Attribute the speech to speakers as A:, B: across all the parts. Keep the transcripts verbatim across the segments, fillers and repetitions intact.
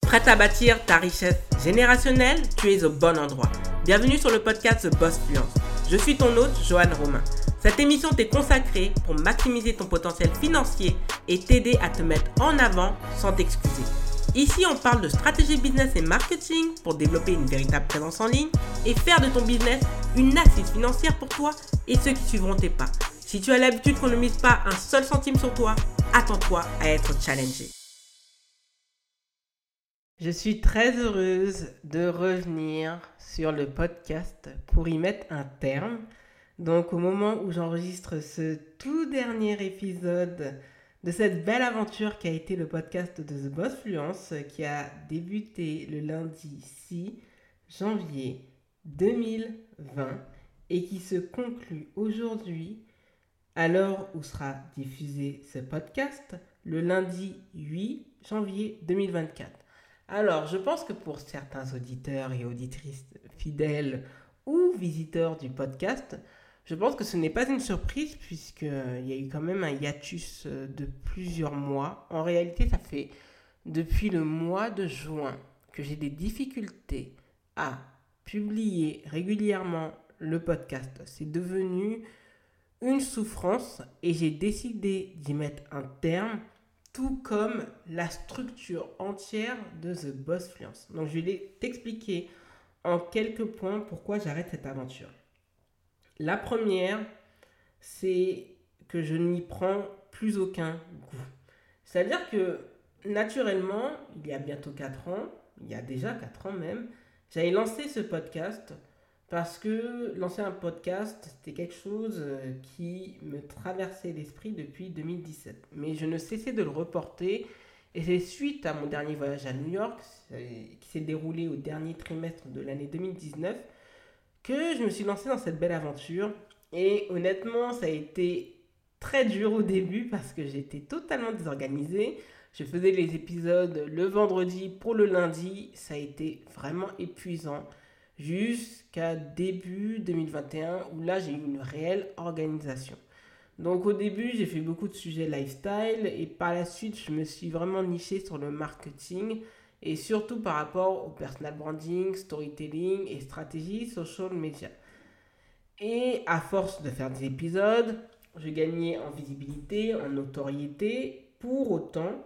A: Prête à bâtir ta richesse générationnelle? Tu es au bon endroit. Bienvenue sur le podcast The Boss Fluence. Je suis ton hôte, Joanne Romain. Cette émission t'est consacrée pour maximiser ton potentiel financier et t'aider à te mettre en avant sans t'excuser. Ici, on parle de stratégie business et marketing pour développer une véritable présence en ligne et faire de ton business une assise financière pour toi et ceux qui suivront tes pas. Si tu as l'habitude qu'on ne mise pas un seul centime sur toi, attends-toi à être challengé. Je suis très heureuse de revenir sur le podcast pour y mettre un terme. Donc au moment où j'enregistre ce tout dernier épisode de cette belle aventure qui a été le podcast de The Boss Fluence, qui a débuté le lundi six janvier deux mille vingt et qui se conclut aujourd'hui à l'heure où sera diffusé ce podcast, le lundi huit janvier deux mille vingt-quatre. Alors, je pense que pour certains auditeurs et auditrices fidèles ou visiteurs du podcast, je pense que ce n'est pas une surprise puisqu'il y a eu quand même un hiatus de plusieurs mois. En réalité, ça fait depuis le mois de juin que j'ai des difficultés à publier régulièrement le podcast. C'est devenu une souffrance et j'ai décidé d'y mettre un terme, tout comme la structure entière de The Boss Fluence. Donc je vais t'expliquer en quelques points pourquoi j'arrête cette aventure. La première, c'est que je n'y prends plus aucun goût. C'est-à-dire que naturellement, il y a bientôt quatre ans, il y a déjà quatre ans même, j'avais lancé ce podcast parce que lancer un podcast, c'était quelque chose qui me traversait l'esprit depuis deux mille dix-sept. Mais je ne cessais de le reporter. Et c'est suite à mon dernier voyage à New York, qui s'est déroulé au dernier trimestre de l'année deux mille dix-neuf, que je me suis lancé dans cette belle aventure. Et honnêtement, ça a été très dur au début parce que j'étais totalement désorganisé. Je faisais les épisodes le vendredi pour le lundi. Ça a été vraiment épuisant. Jusqu'à début deux mille vingt et un où là j'ai eu une réelle organisation. Donc au début j'ai fait beaucoup de sujets lifestyle et par la suite je me suis vraiment niché sur le marketing et surtout par rapport au personal branding, storytelling et stratégie social media. Et à force de faire des épisodes, je gagnais en visibilité, en notoriété. Pour autant,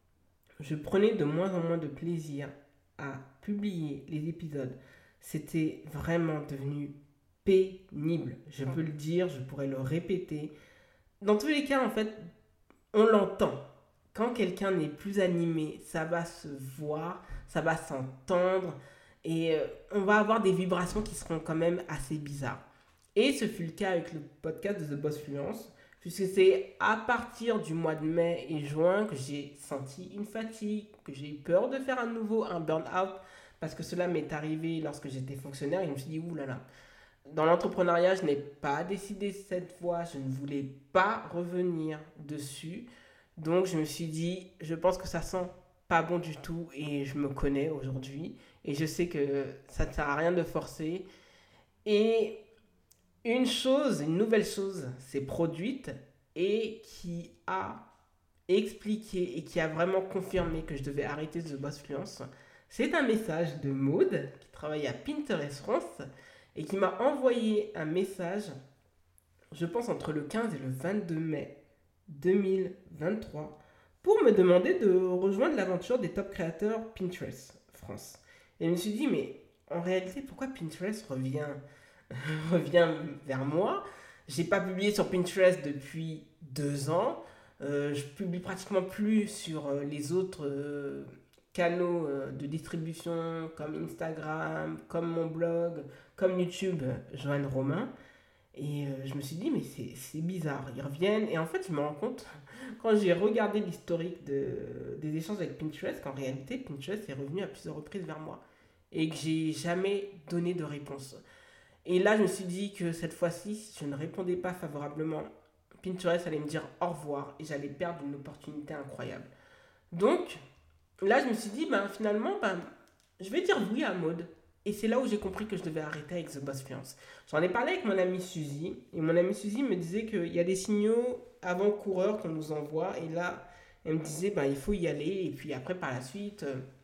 A: je prenais de moins en moins de plaisir à publier les épisodes. C'était vraiment devenu pénible. Je peux le dire, je pourrais le répéter. Dans tous les cas, en fait, on l'entend. Quand quelqu'un n'est plus animé, ça va se voir, ça va s'entendre et euh, on va avoir des vibrations qui seront quand même assez bizarres. Et ce fut le cas avec le podcast de The Boss Fluence, puisque c'est à partir du mois de mai et juin que j'ai senti une fatigue, que j'ai eu peur de faire à nouveau un burn-out, parce que cela m'est arrivé lorsque j'étais fonctionnaire et je me suis dit, oulala, dans l'entrepreneuriat, je n'ai pas décidé cette fois, je ne voulais pas revenir dessus. Donc je me suis dit, je pense que ça sent pas bon du tout et je me connais aujourd'hui. Et je sais que ça ne sert à rien de forcer. Et une chose, une nouvelle chose s'est produite et qui a expliqué et qui a vraiment confirmé que je devais arrêter The Boss Fluence. C'est un message de Maud qui travaille à Pinterest France et qui m'a envoyé un message, je pense entre le quinze et le vingt-deux mai deux mille vingt-trois, pour me demander de rejoindre l'aventure des top créateurs Pinterest France. Et je me suis dit, mais en réalité, pourquoi Pinterest revient, revient vers moi? J'ai pas publié sur Pinterest depuis deux ans. Euh, je publie pratiquement plus sur euh, les autres euh, canaux euh, de distribution comme Instagram, comme mon blog, comme YouTube, Joanne Romain. Et euh, je me suis dit, mais c'est, c'est bizarre, ils reviennent. Et en fait, je me rends compte, quand j'ai regardé l'historique de, des échanges avec Pinterest, qu'en réalité, Pinterest est revenu à plusieurs reprises vers moi. Et que j'ai jamais donné de réponse. Et là, je me suis dit que cette fois-ci, si je ne répondais pas favorablement, Pinterest allait me dire au revoir et j'allais perdre une opportunité incroyable. Donc, là, je me suis dit, ben, finalement, ben, je vais dire oui à Maud. Et c'est là où j'ai compris que je devais arrêter avec The Boss Fluence. J'en ai parlé avec mon amie Suzy. Et mon amie Suzy me disait qu'il y a des signaux avant-coureurs qu'on nous envoie. Et là, elle me disait, ben, il faut y aller. Et puis après, par la suite, euh,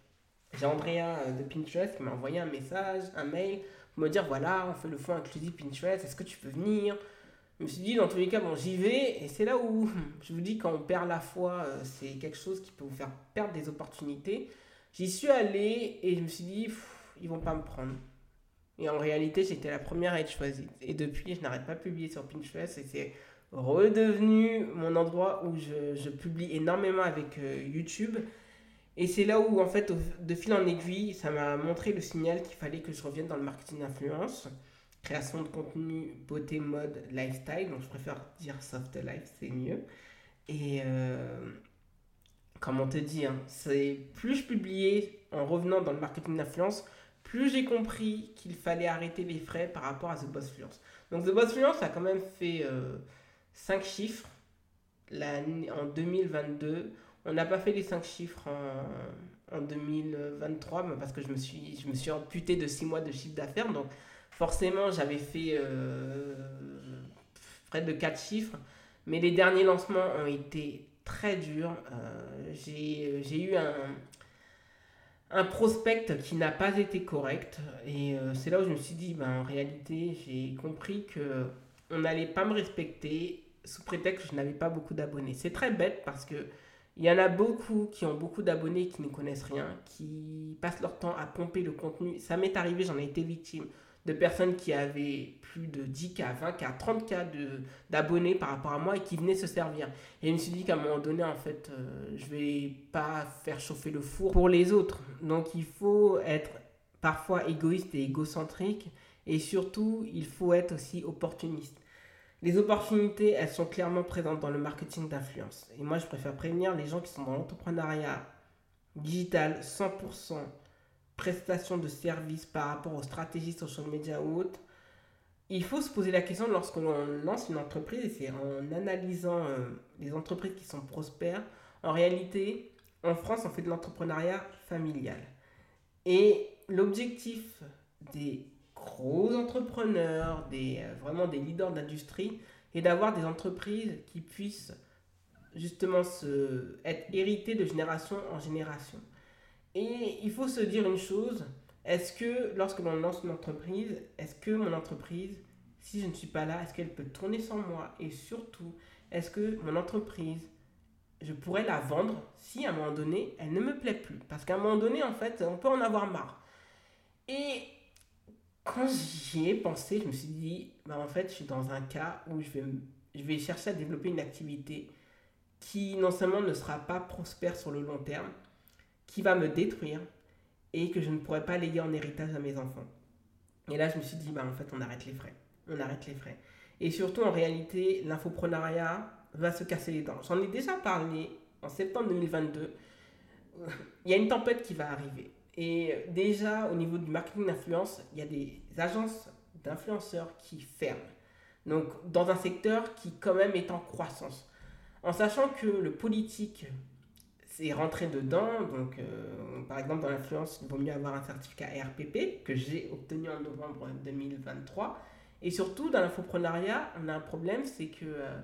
A: j'ai Andrea euh, de Pinterest qui m'a envoyé un message, un mail, pour me dire voilà, on fait le fonds inclusif Pinterest, est-ce que tu peux venir? Je me suis dit, dans tous les cas, bon, j'y vais, et c'est là où je vous dis, quand on perd la foi, euh, c'est quelque chose qui peut vous faire perdre des opportunités. J'y suis allé et je me suis dit, pff, ils vont pas me prendre. Et en réalité, j'étais la première à être choisie. Et depuis, je n'arrête pas de publier sur Pinterest et c'est redevenu mon endroit où je, je publie énormément avec euh, YouTube. Et c'est là où, en fait, au- de fil en aiguille, ça m'a montré le signal qu'il fallait que je revienne dans le marketing d'influence, création de contenu, beauté, mode, lifestyle. Donc, je préfère dire soft life, c'est mieux. Et euh, comment te dire, c'est plus je publiais en revenant dans le marketing d'influence, plus j'ai compris qu'il fallait arrêter les frais par rapport à The Boss Fluence. Donc, The Boss Fluence a quand même fait euh, cinq chiffres l'année- en deux mille vingt-deux. On n'a pas fait les cinq chiffres en, en deux mille vingt-trois mais parce que je me suis, je me suis amputé de six mois de chiffre d'affaires. Donc forcément, j'avais fait euh, près de quatre chiffres. Mais les derniers lancements ont été très durs. Euh, j'ai, j'ai eu un, un prospect qui n'a pas été correct. Et euh, c'est là où je me suis dit, ben, en réalité, j'ai compris que on n'allait pas me respecter sous prétexte que je n'avais pas beaucoup d'abonnés. C'est très bête parce que il y en a beaucoup qui ont beaucoup d'abonnés qui ne connaissent rien, qui passent leur temps à pomper le contenu. Ça m'est arrivé, j'en ai été victime de personnes qui avaient plus de dix k, vingt k, trente k de, d'abonnés par rapport à moi et qui venaient se servir. Et je me suis dit qu'à un moment donné, en fait, euh, je vais pas faire chauffer le four pour les autres. Donc il faut être parfois égoïste et égocentrique. Et surtout, il faut être aussi opportuniste. Les opportunités, elles sont clairement présentes dans le marketing d'influence. Et moi, je préfère prévenir les gens qui sont dans l'entrepreneuriat digital, cent pour cent prestation de services par rapport aux stratégies social media ou autres. Il faut se poser la question lorsque l'on lance une entreprise, et c'est en analysant euh, les entreprises qui sont prospères. En réalité, en France, on fait de l'entrepreneuriat familial. Et l'objectif des gros entrepreneurs, des, euh, vraiment des leaders d'industrie, est d'avoir des entreprises qui puissent justement se, être héritées de génération en génération. Et il faut se dire une chose, est-ce que lorsque l'on lance une entreprise, est-ce que mon entreprise, si je ne suis pas là, est-ce qu'elle peut tourner sans moi? Et surtout, est-ce que mon entreprise, je pourrais la vendre si à un moment donné, elle ne me plaît plus? Parce qu'à un moment donné, en fait, on peut en avoir marre. Et quand j'y ai pensé, je me suis dit, bah en fait, je suis dans un cas où je vais, je vais chercher à développer une activité qui non seulement ne sera pas prospère sur le long terme, qui va me détruire et que je ne pourrai pas léguer en héritage à mes enfants. Et là, je me suis dit, bah en fait, on arrête les frais. On arrête les frais. Et surtout, en réalité, l'infoprenariat va se casser les dents. J'en ai déjà parlé en septembre deux mille vingt-deux. Il y a une tempête qui va arriver. Et déjà, au niveau du marketing d'influence, il y a des agences d'influenceurs qui ferment. Donc, dans un secteur qui, quand même, est en croissance. En sachant que le politique c'est rentré dedans, donc euh, par exemple dans l'influence, il vaut mieux avoir un certificat R P P que j'ai obtenu en novembre deux mille vingt-trois. Et surtout, dans l'infoprenariat, on a un problème, c'est que euh,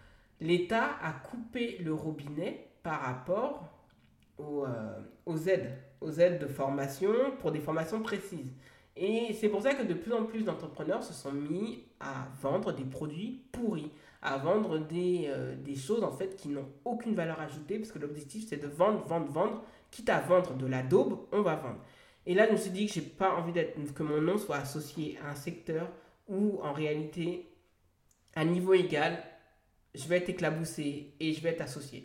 A: l'État a coupé le robinet par rapport aux, euh, aux aides, aux aides de formation pour des formations précises. Et c'est pour ça que de plus en plus d'entrepreneurs se sont mis à vendre des produits pourris, à vendre des, euh, des choses en fait qui n'ont aucune valeur ajoutée, parce que l'objectif c'est de vendre, vendre, vendre, quitte à vendre de la daube, on va vendre. Et là je me suis dit que j'ai pas envie d'être, que mon nom soit associé à un secteur où en réalité, à niveau égal, je vais être éclaboussé et je vais être associé.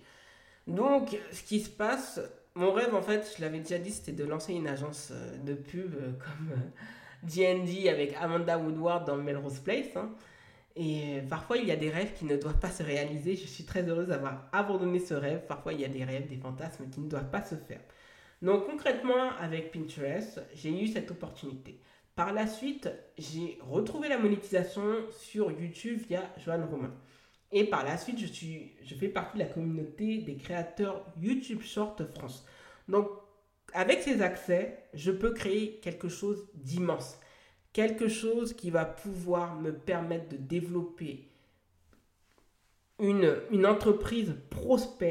A: Donc, ce qui se passe, mon rêve en fait, je l'avais déjà dit, c'était de lancer une agence euh, de pub euh, comme euh, D and D avec Amanda Woodward dans Melrose Place. Hein. Et euh, parfois, il y a des rêves qui ne doivent pas se réaliser. Je suis très heureuse d'avoir abandonné ce rêve. Parfois, il y a des rêves, des fantasmes qui ne doivent pas se faire. Donc, concrètement, avec Pinterest, j'ai eu cette opportunité. Par la suite, j'ai retrouvé la monétisation sur YouTube via Johan Romain. Et par la suite, je, suis, je fais partie de la communauté des créateurs YouTube Short France. Donc, avec ces accès, je peux créer quelque chose d'immense. Quelque chose qui va pouvoir me permettre de développer une, une entreprise prospère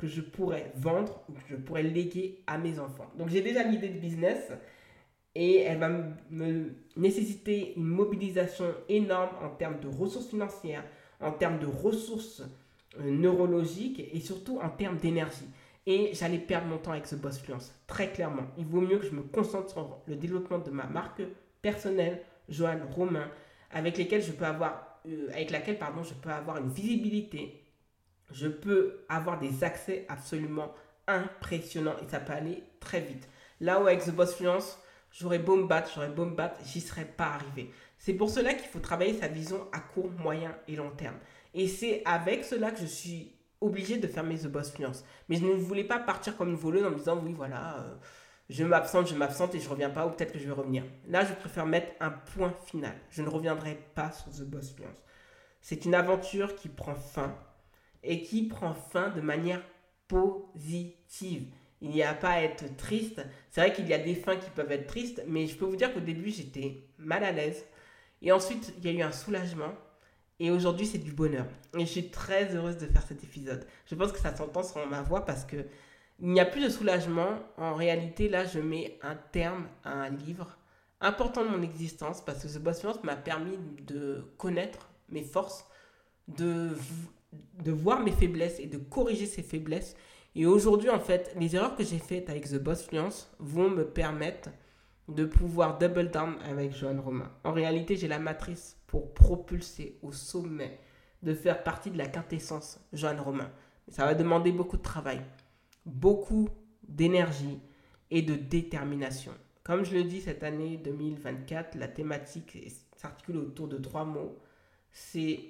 A: que je pourrais vendre ou que je pourrais léguer à mes enfants. Donc j'ai déjà l'idée de business et elle va me nécessiter une mobilisation énorme en termes de ressources financières, en termes de ressources euh, neurologiques et surtout en termes d'énergie. Et j'allais perdre mon temps avec ce Boss Fluence, très clairement. Il vaut mieux que je me concentre sur le développement de ma marque personnelle, Johan Romain, avec lesquelles je peux avoir, euh, avec laquelle pardon, je peux avoir une visibilité, je peux avoir des accès absolument impressionnants et ça peut aller très vite. Là où avec The Boss Fluence, j'aurais beau me battre, j'aurais beau me battre, j'y serais pas arrivé. C'est pour cela qu'il faut travailler sa vision à court, moyen et long terme. Et c'est avec cela que je suis obligé de fermer The Boss Fluence. Mais je ne voulais pas partir comme une voleuse en me disant oui voilà, euh, je m'absente, je m'absente et je reviens pas ou peut-être que je vais revenir. Là, je préfère mettre un point final. Je ne reviendrai pas sur The Boss Fluence. C'est une aventure qui prend fin et qui prend fin de manière positive. Il n'y a pas à être triste. C'est vrai qu'il y a des fins qui peuvent être tristes, mais je peux vous dire qu'au début, j'étais mal à l'aise. Et ensuite, il y a eu un soulagement. Et aujourd'hui, c'est du bonheur. Et je suis très heureuse de faire cet épisode. Je pense que ça s'entend sur ma voix parce que il n'y a plus de soulagement. En réalité, là, je mets un terme à un livre important de mon existence parce que ce Boss Fluence m'a permis de connaître mes forces, de, de voir mes faiblesses et de corriger ces faiblesses. Et aujourd'hui, en fait, les erreurs que j'ai faites avec The Boss Fluence vont me permettre de pouvoir double down avec Johan Romain. En réalité, j'ai la matrice pour propulser au sommet, de faire partie de la quintessence Johan Romain. Ça va demander beaucoup de travail, beaucoup d'énergie et de détermination. Comme je le dis, cette année deux mille vingt-quatre, la thématique s'articule autour de trois mots. C'est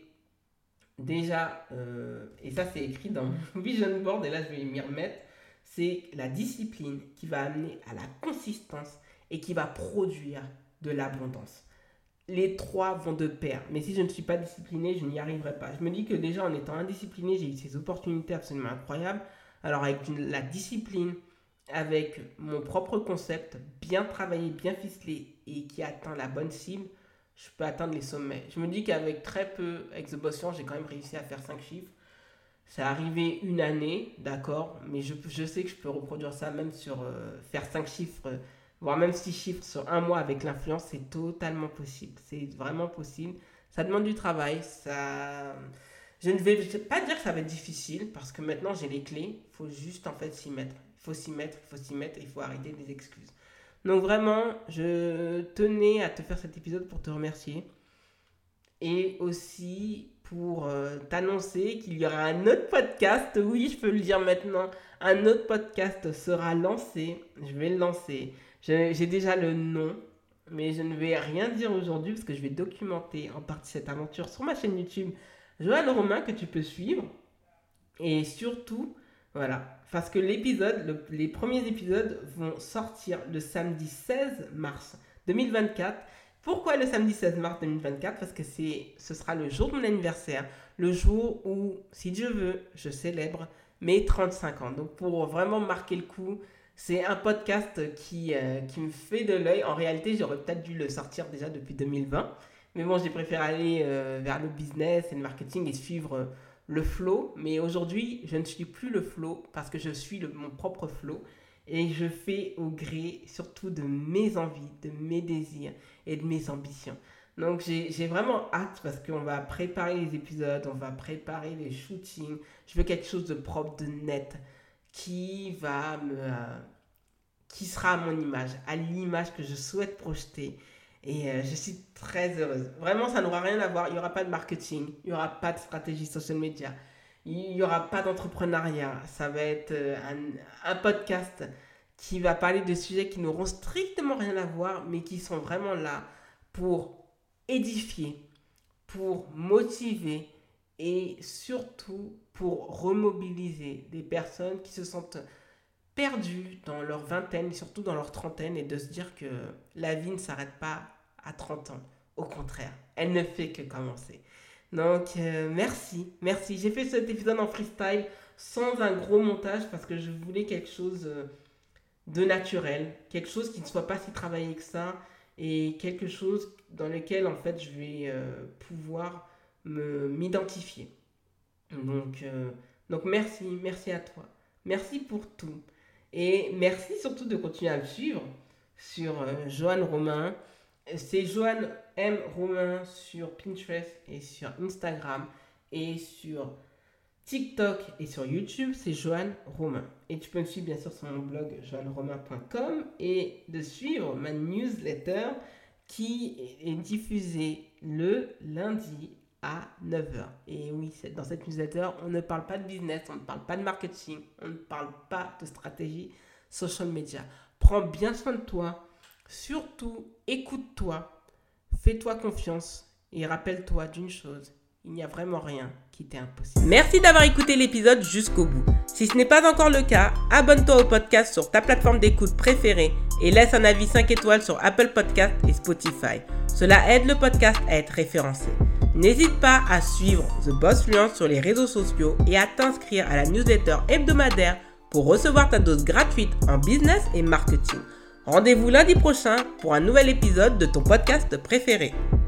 A: déjà, euh, et ça c'est écrit dans mon vision board, et là je vais m'y remettre, c'est la discipline qui va amener à la consistance et qui va produire de l'abondance. Les trois vont de pair, mais si je ne suis pas discipliné, je n'y arriverai pas. Je me dis que déjà en étant indiscipliné, j'ai eu ces opportunités absolument incroyables. Alors avec une, la discipline, avec mon propre concept, bien travaillé, bien ficelé et qui atteint la bonne cible, je peux atteindre les sommets. Je me dis qu'avec très peu, avec The Boss Fluence, j'ai quand même réussi à faire cinq chiffres. C'est arrivé une année, d'accord, mais je, je sais que je peux reproduire ça même sur euh, faire cinq chiffres, euh, voire même six chiffres sur un mois avec l'influence, c'est totalement possible. C'est vraiment possible. Ça demande du travail. Ça... Je ne vais pas dire que ça va être difficile parce que maintenant j'ai les clés. Il faut juste en fait s'y mettre. Il faut s'y mettre, il faut s'y mettre, il faut arrêter des excuses. Donc vraiment, je tenais à te faire cet épisode pour te remercier et aussi pour euh, t'annoncer qu'il y aura un autre podcast. Oui, je peux le dire maintenant. Un autre podcast sera lancé. Je vais le lancer. Je, j'ai déjà le nom, mais je ne vais rien dire aujourd'hui parce que je vais documenter en partie cette aventure sur ma chaîne YouTube Johan Romain que tu peux suivre. Et surtout, voilà, parce que l'épisode, le- les premiers épisodes vont sortir le samedi seize mars deux mille vingt-quatre. Pourquoi le samedi seize mars deux mille vingt-quatre? Parce que c'est, ce sera le jour de mon anniversaire, le jour où, si Dieu veut, je célèbre mes trente-cinq ans. Donc pour vraiment marquer le coup, c'est un podcast qui, euh, qui me fait de l'œil. En réalité, j'aurais peut-être dû le sortir déjà depuis deux mille vingt. Mais bon, j'ai préféré aller euh, vers le business et le marketing et suivre euh, le flow. Mais aujourd'hui, je ne suis plus le flow parce que je suis le- mon propre flow. Et je fais au gré surtout de mes envies, de mes désirs et de mes ambitions. Donc j'ai, j'ai vraiment hâte parce qu'on va préparer les épisodes, on va préparer les shootings. Je veux quelque chose de propre, de net, qui va me, euh, qui sera à mon image, à l'image que je souhaite projeter. Et euh, je suis très heureuse. Vraiment, ça n'aura rien à voir. Il n'y aura pas de marketing, il n'y aura pas de stratégie social media, il n'y aura pas d'entrepreneuriat. Ça va être euh, un, un podcast qui va parler de sujets qui n'auront strictement rien à voir, mais qui sont vraiment là pour édifier, pour motiver et surtout pour remobiliser des personnes qui se sentent perdus dans leur vingtaine et surtout dans leur trentaine et de se dire que la vie ne s'arrête pas à trente ans. Au contraire, elle ne fait que commencer. Donc euh, merci, merci. J'ai fait cet épisode en freestyle sans un gros montage parce que je voulais quelque chose euh, de naturel, quelque chose qui ne soit pas si travaillé que ça et quelque chose dans lequel en fait je vais euh, pouvoir me, m'identifier. Donc, euh, donc merci, merci à toi. Merci pour tout. Et merci surtout de continuer à me suivre sur euh, Joanne Romain. C'est Joanne M. Romain sur Pinterest et sur Instagram et sur TikTok et sur YouTube, c'est Joanne Romain. Et tu peux me suivre bien sûr sur mon blog joanne romain point com et de suivre ma newsletter qui est diffusée le lundi à neuf heures. Et oui, dans cette newsletter, on ne parle pas de business, on ne parle pas de marketing, on ne parle pas de stratégie social media. Prends bien soin de toi, surtout écoute-toi, fais-toi confiance et rappelle-toi d'une chose. Il n'y a vraiment rien qui t'est impossible. Merci d'avoir écouté l'épisode jusqu'au bout. Si ce n'est pas encore le cas, abonne-toi au podcast sur ta plateforme d'écoute préférée et laisse un avis cinq étoiles sur Apple Podcasts et Spotify. Cela aide le podcast à être référencé. N'hésite pas à suivre The Boss Fluence sur les réseaux sociaux et à t'inscrire à la newsletter hebdomadaire pour recevoir ta dose gratuite en business et marketing. Rendez-vous lundi prochain pour un nouvel épisode de ton podcast préféré.